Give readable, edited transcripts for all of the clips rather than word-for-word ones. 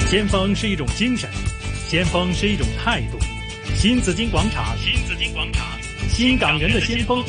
先锋是一种精神，先锋是一种态度。新紫金广场，新紫金广场，新港人的先锋。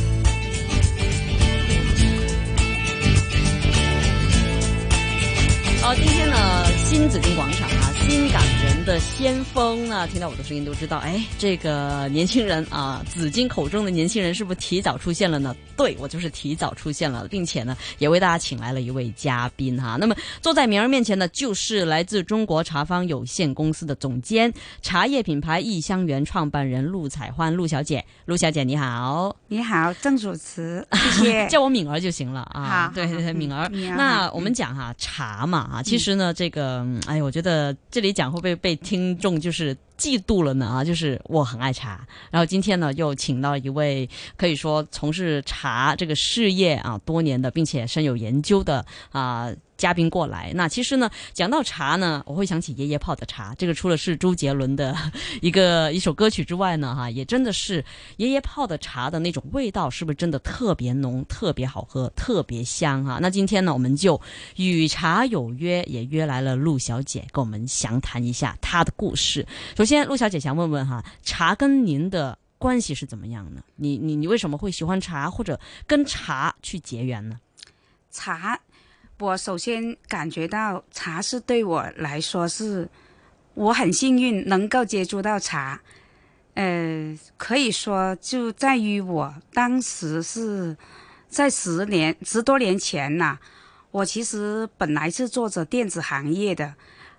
今天呢，新紫金广场啊，新港人的先锋啊，听到我的声音都知道，这个年轻人啊，紫金口中的年轻人是不是提早出现了呢？对，我就是提早出现了，并且呢，也为大家请来了一位嘉宾哈。那么坐在明儿面前的，就是来自中国茶坊有限公司的总监、茶叶品牌异香园创办人陆彩欢，陆小姐。陆小姐你好。 你好，郑主持，谢谢。 叫我敏儿就行了啊。 好， 对对对，敏儿。 敏儿那我们讲哈茶嘛其实呢，这个我觉得这里讲会不会被听众就是嫉妒了呢就是我很爱茶，然后今天呢又请到一位可以说从事茶这个事业多年的，并且深有研究的嘉宾过来。那其实呢，讲到茶呢，我会想起爷爷泡的茶。这个除了是周杰伦的一首歌曲之外呢，也真的是爷爷泡的茶的那种味道，是不是真的特别浓、特别好喝、特别香那今天呢，我们就与茶有约，也约来了陆小姐，跟我们详谈一下她的故事。首先，陆小姐想问问茶跟您的关系是怎么样呢？你为什么会喜欢茶，或者跟茶去结缘呢？ 茶，我首先感觉到茶是对我来说是，我很幸运能够接触到茶。可以说就在于我当时是在10多年前我其实本来是做着电子行业的，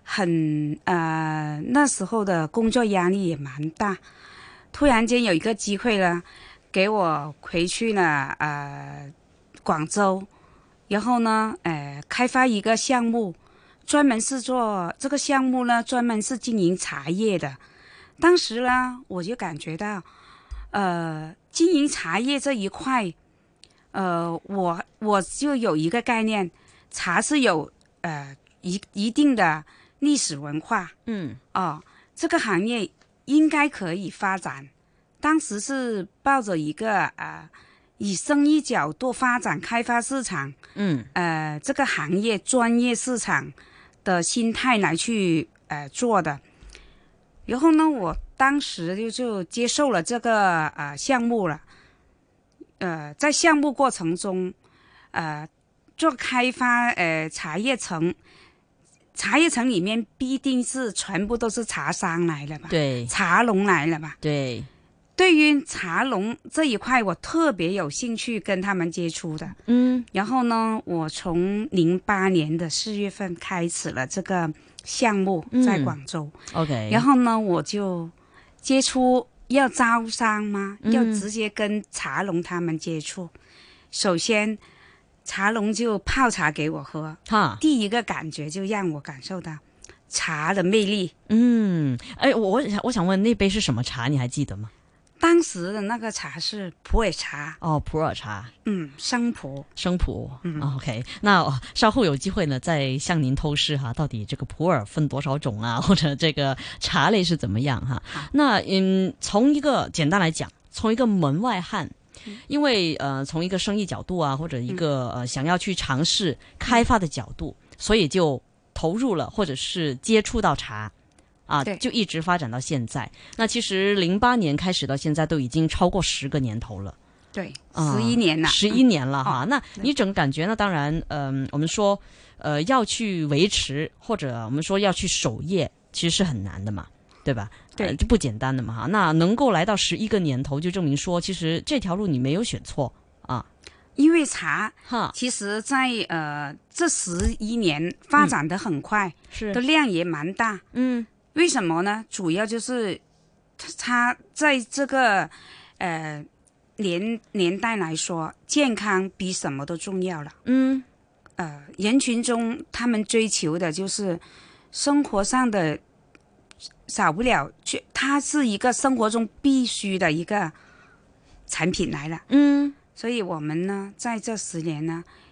那时候的工作压力也蛮大。突然间有一个机会呢，给我回去了广州。然后呢，开发一个项目，专门是做这个项目呢，专门是经营茶叶的。当时呢，我就感觉到，经营茶叶这一块，我就有一个概念，茶是有一定的历史文化，这个行业应该可以发展。当时是抱着一个以生意角度发展开发市场，这个行业专业市场的心态来去做的。然后呢，我当时就接受了这个项目了。在项目过程中，做开发茶叶城里面必定是全部都是茶商来了吧？ 对， 茶农来了吧？ 对。 对于茶农这一块，我特别有兴趣跟他们接触的。然后呢，我从08年的4月份开始了这个项目，在广州。 OK。 然后呢，我就接触要招商嘛，要直接跟茶农他们接触。首先，茶农就泡茶给我喝，第一个感觉就让我感受到茶的魅力。 我想问那杯是什么茶？你还记得吗？ 当时的那个茶是普洱茶。 普洱茶。 生普。 OK。那稍后有机会呢，再向您透视到底这个普洱分多少种或者这个茶类是怎么样那从一个简单来讲，从一个门外汉，因为从一个生意角度或者一个想要去尝试开发的角度，所以就投入了或者是接触到茶。就一直发展到现在。那其实08年开始到现在都已经超过10个年头了。 对，11年了。 11年了那你整个感觉呢？当然，我们说，要去维持，或者我们说要去守业，其实是很难的嘛，对吧？ 对， 就不简单的嘛那能够来到11个年头，就证明说，其实这条路你没有选错因为茶其实在这11年发展得很快，的量也蛮大。为什么呢？主要就是它在这个年代来说，健康比什么都重要了。人群中他们追求的就是生活上的少不了，它是一个生活中必须的一个产品来了。所以我们呢，在这10年呢，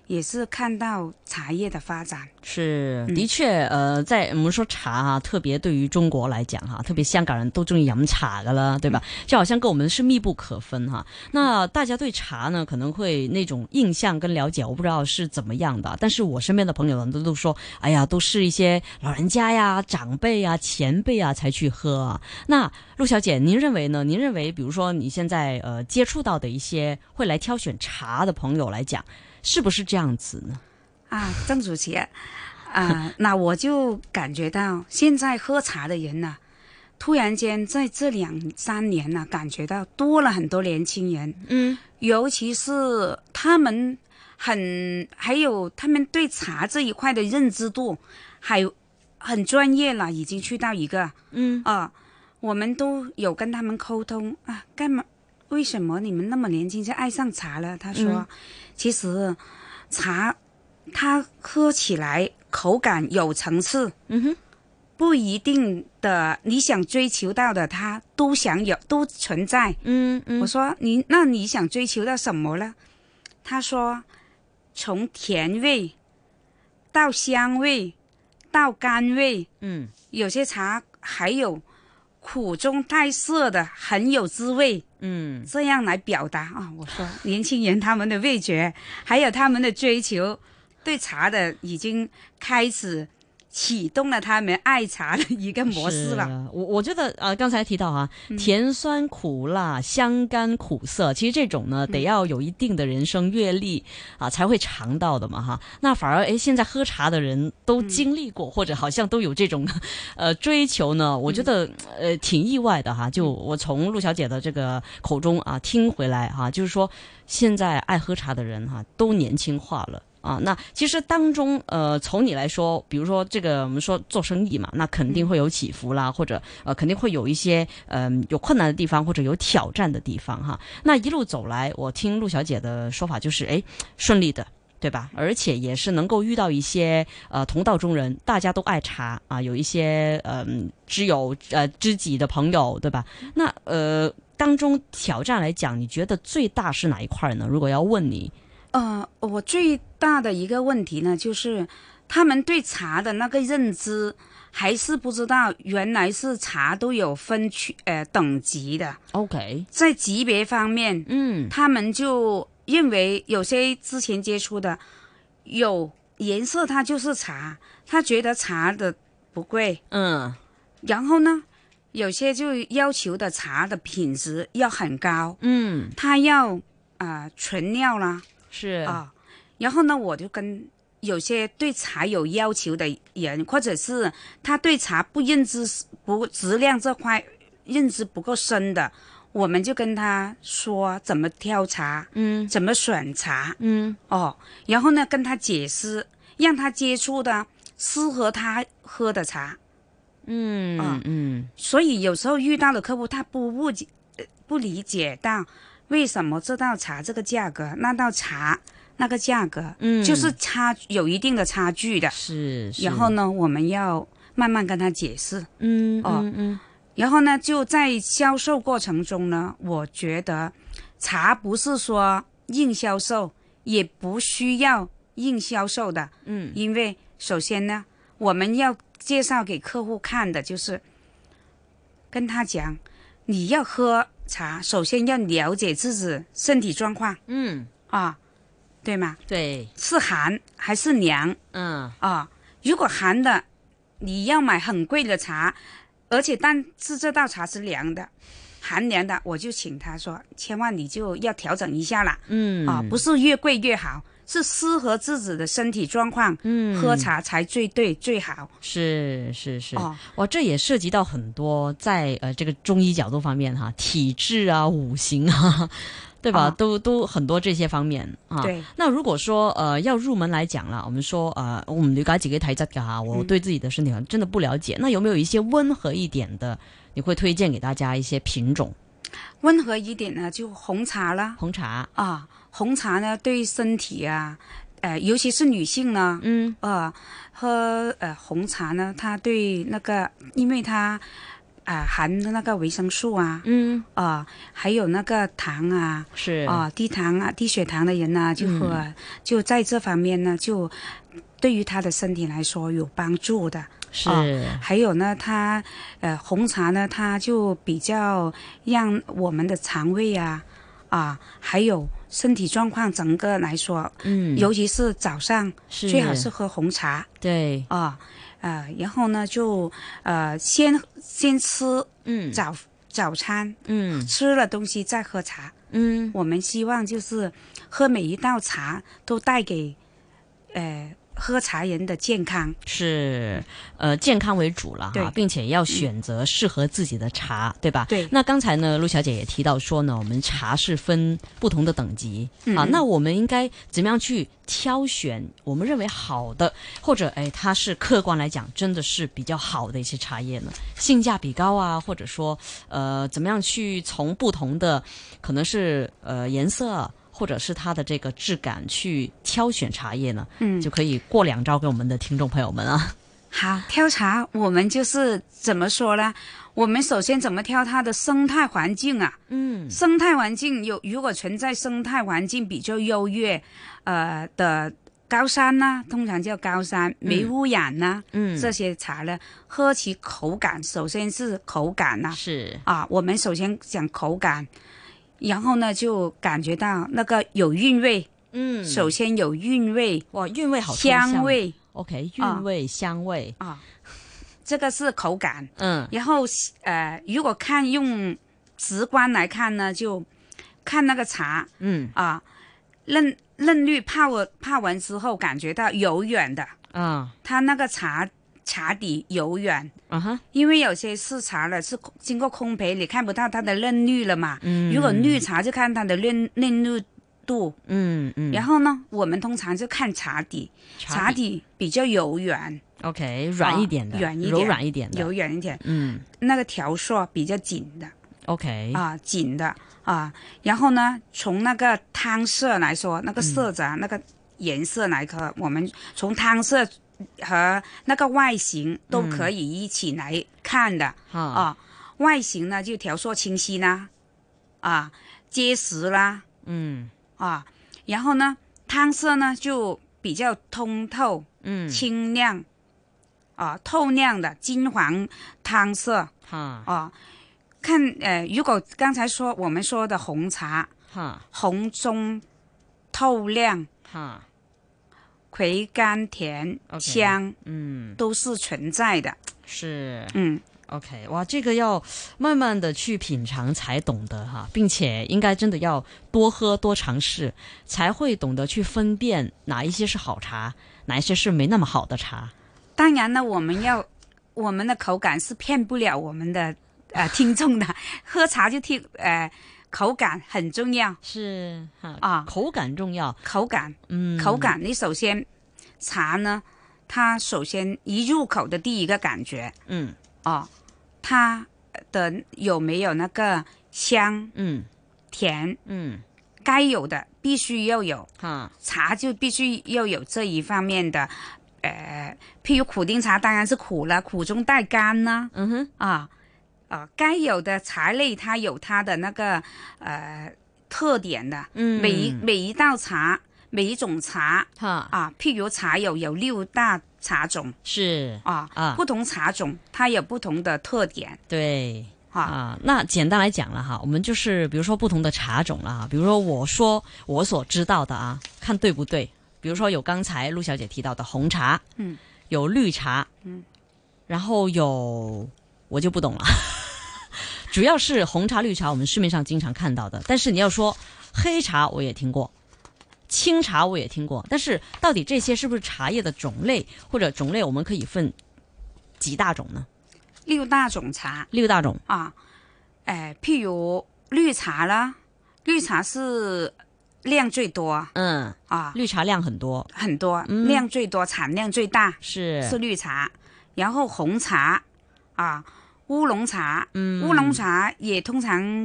也是看到茶叶的发展。 是，的确，在我们说茶啊，特别对于中国来讲哈，特别香港人都中意飲茶噶啦，对吧？就好像跟我们是密不可分哈。那大家对茶呢，可能会那种印象跟了解，我不知道是怎么样的。但是我身边的朋友呢，都说，哎呀，都是一些老人家呀、长辈啊、前辈啊才去喝啊。那陆小姐，您认为呢？您认为，比如说你现在接触到的一些会来挑选茶的朋友来讲，是不是这样子呢？ 郑主席那我就感觉到现在喝茶的人呢，突然间在这2-3年呢，感觉到多了很多年轻人，尤其是他们还有他们对茶这一块的认知度还很专业了，已经去到一个我们都有跟他们沟通干嘛？为什么你们那么年轻就爱上茶了？他说，其实茶它喝起来口感有层次，不一定的你想追求到的它都想有，都存在。我说那你想追求到什么了？他说从甜味到香味到甘味，有些茶还有苦中带涩的，很有滋味。这样来表达我说年轻人他们的味觉还有他们的追求，对茶的已经开始启动了他们爱茶的一个模式了。 我觉得刚才提到甜酸苦辣香甘苦涩，其实这种呢得要有一定的人生阅历才会尝到的嘛那反而现在喝茶的人都经历过，或者好像都有这种追求呢，我觉得挺意外的就我从陆小姐的这个口中听回来就是说现在爱喝茶的人都年轻化了。那其实当中从你来说，比如说这个我们说做生意嘛，那肯定会有起伏啦，或者肯定会有一些有困难的地方或者有挑战的地方那一路走来，我听陆小姐的说法就是顺利的，对吧？而且也是能够遇到一些同道中人，大家都爱茶有一些知己的朋友，对吧？那当中挑战来讲，你觉得最大是哪一块呢？如果要问你。 我最大的一个问题呢，就是他们对茶的那个认知还是不知道，原来是茶都有分等级的。 OK， 在级别方面，他们就认为有些之前接触的有颜色，它就是茶，他觉得茶的不贵。然后呢，有些就要求的茶的品质要很高。他要纯料啦。 是然后呢，我就跟有些对茶有要求的人，或者是他对茶质量这块认知不够深的，我们就跟他说怎么挑茶，怎么选茶，然后呢跟他解释，让他接触的适合他喝的茶，所以有时候遇到的客户他不理解到。为什么这道茶这个价格，那道茶那个价格，就是有一定的差距的。 是。 然后呢，我们要慢慢跟他解释。然后呢，就在销售过程中呢，我觉得茶不是说硬销售，也不需要硬销售的。因为首先呢，我们要介绍给客户看的就是跟他讲，你要喝茶首先要了解自己身体状况，对吗？ 对， 是寒还是凉？如果寒的，你要买很贵的茶，但是这道茶是凉的，寒凉的，我就请他说，千万你就要调整一下啦。不是越贵越好，是适合自己的身体状况，喝茶才最对最好。 是，哇，这也涉及到很多在这个中医角度方面体质五行对吧？都很多这些方面对。 那如果说要入门来讲啦，我们说我唔了解自己體質噶我对自己的身体真的不了解，那有没有一些温和一点的，你会推荐给大家一些品种？ 温和一点呢，就红茶啦。 红茶红茶呢对身体尤其是女性呢，喝红茶呢，它对那个，因为它含那个维生素啊，还有那个糖啊， 是低糖啊、低血糖的人呢就喝，就在这方面呢，就对于他的身体来说有帮助的。 是， 还有呢，它红茶呢，它就比较让我们的肠胃还有身体状况整个来说，尤其是早上最好是喝红茶。 对然后呢就先吃早餐，吃了东西再喝茶。我们希望就是喝每一道茶都带给喝茶人的健康， 是健康为主了哈，并且要选择适合自己的茶，对吧？ 对。 那刚才呢，陆小姐也提到说呢，我们茶是分不同的等级那我们应该怎么样去挑选我们认为好的，或者它是客观来讲真的是比较好的一些茶叶呢？性价比高啊，或者说怎么样去从不同的可能是颜色，或者是它的这个质感去挑选茶叶呢？就可以过2招给我们的听众朋友们啊。 好，挑茶我们就是怎么说呢？我们首先怎么挑它的生态环境啊？生态环境如果存在生态环境比较优越的高山呢，通常叫高山，没污染呢，这些茶呢，喝起口感，首先是口感是我们首先讲口感。然后呢，就感觉到那个有韵味，首先有韵味， 哇，韵味好抽象， 香味 ，OK， 韵味、香味这个是口感，然后如果用直观来看呢，就看那个茶，嫩绿泡完之后，感觉到柔软的，它那个茶底柔软，因为有些是茶了是经过烘焙，你看不到它的嫩绿了嘛。如果绿茶就看它的嫩绿度。然后呢，我们通常就看茶底比较柔软 ，OK， 软一点的，柔软一点的， 柔软一点。那个条索比较紧的 ，OK， 紧的然后呢，从那个汤色来说，那个色泽、那个颜色来看，我们从汤色和那个外形都可以一起来看的外形呢就条索清晰啦，结实啦，然后呢汤色呢就比较通透，清亮，透亮的金黄汤色，看如果刚才我们说的红茶，红中透亮，回甘甜香，都是存在的。 是，OK， 哇，这个要慢慢的去品尝才懂得哈，并且应该真的要多喝多尝试，才会懂得去分辨哪一些是好茶，哪一些是没那么好的茶。 当然呢，我们的口感是骗不了我们的听众的，喝茶就口感很重要， 是口感重要， 口感，你首先茶呢，它首先一入口的第一个感觉，它的有没有那个香，甜，该有的必须要有，茶就必须要有这一方面的，譬如苦丁茶当然是苦了，苦中带甘呢，该有的茶类它有它的那个特点的，每一道茶，每一种茶譬如茶有6大茶种， 是不同茶种它有不同的特点， 对那简单来讲了哈，我们就是比如说不同的茶种了哈，比如说我说我所知道的看对不对？比如说有刚才陆小姐提到的红茶，有绿茶，然后我就不懂了。主要是红茶、绿茶，我们市面上经常看到的。但是你要说黑茶，我也听过，清茶我也听过。但是到底这些是不是茶叶的种类，或者种类我们可以分几大种呢？6大种茶。6大种譬如绿茶啦，绿茶是量最多， 绿茶量很多， 量最多，产量最大，是绿茶。然后红茶乌龙茶，乌龙茶也通常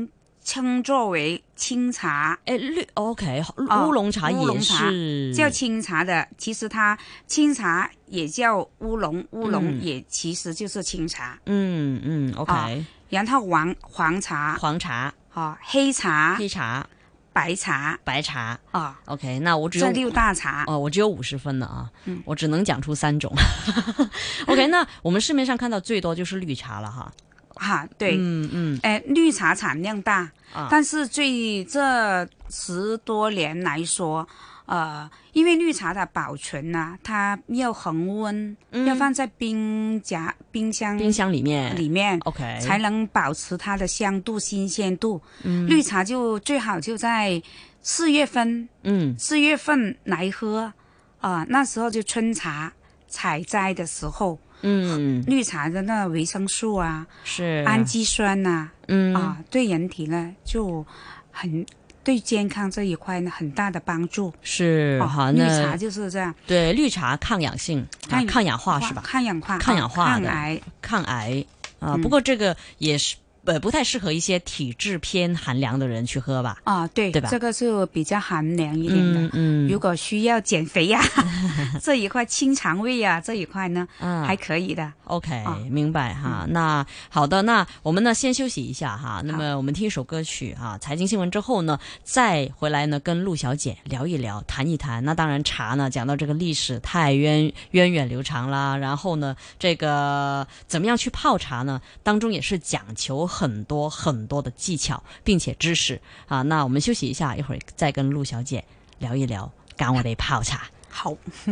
称作为清茶。 OK， 乌龙茶也是叫清茶的，其实它清茶也叫乌龙，乌龙也其实就是清茶。 OK。 然后黄茶，黑茶，白茶 OK， 那我只有这6大茶我只有50分了啊，我只能讲出3种。OK， 那我们市面上看到最多就是绿茶了哈。 对，绿茶产量大，但是这10多年来说，因为绿茶的保存呢，它要恒温，要放在冰箱里面 ，OK， 才能保持它的香度、新鲜度。绿茶就最好就在4月份来喝，那时候就春茶采摘的时候。绿茶的那维生素啊， 是氨基酸呐，对人体呢就对健康这一块呢很大的帮助。 是绿茶就是这样。 对，绿茶抗氧性、抗氧化是吧？ 抗氧化的抗癌不过这个也是。不太适合一些体质偏寒凉的人去喝吧？ 对吧？这个是比较寒凉一点的。如果需要减肥呀，这一块清肠胃呀，这一块呢，还可以的。 OK，明白哈。那好的，那我们呢先休息一下哈。那么我们听一首歌曲财经新闻之后呢，再回来呢跟陆小姐聊一聊，谈一谈。那当然茶呢，讲到这个历史太源远流长啦，然后呢，这个怎么样去泡茶呢？当中也是讲求很多的技巧，并且知识那我们休息一下，一会儿再跟陆小姐聊一聊，教我哋泡茶。 好。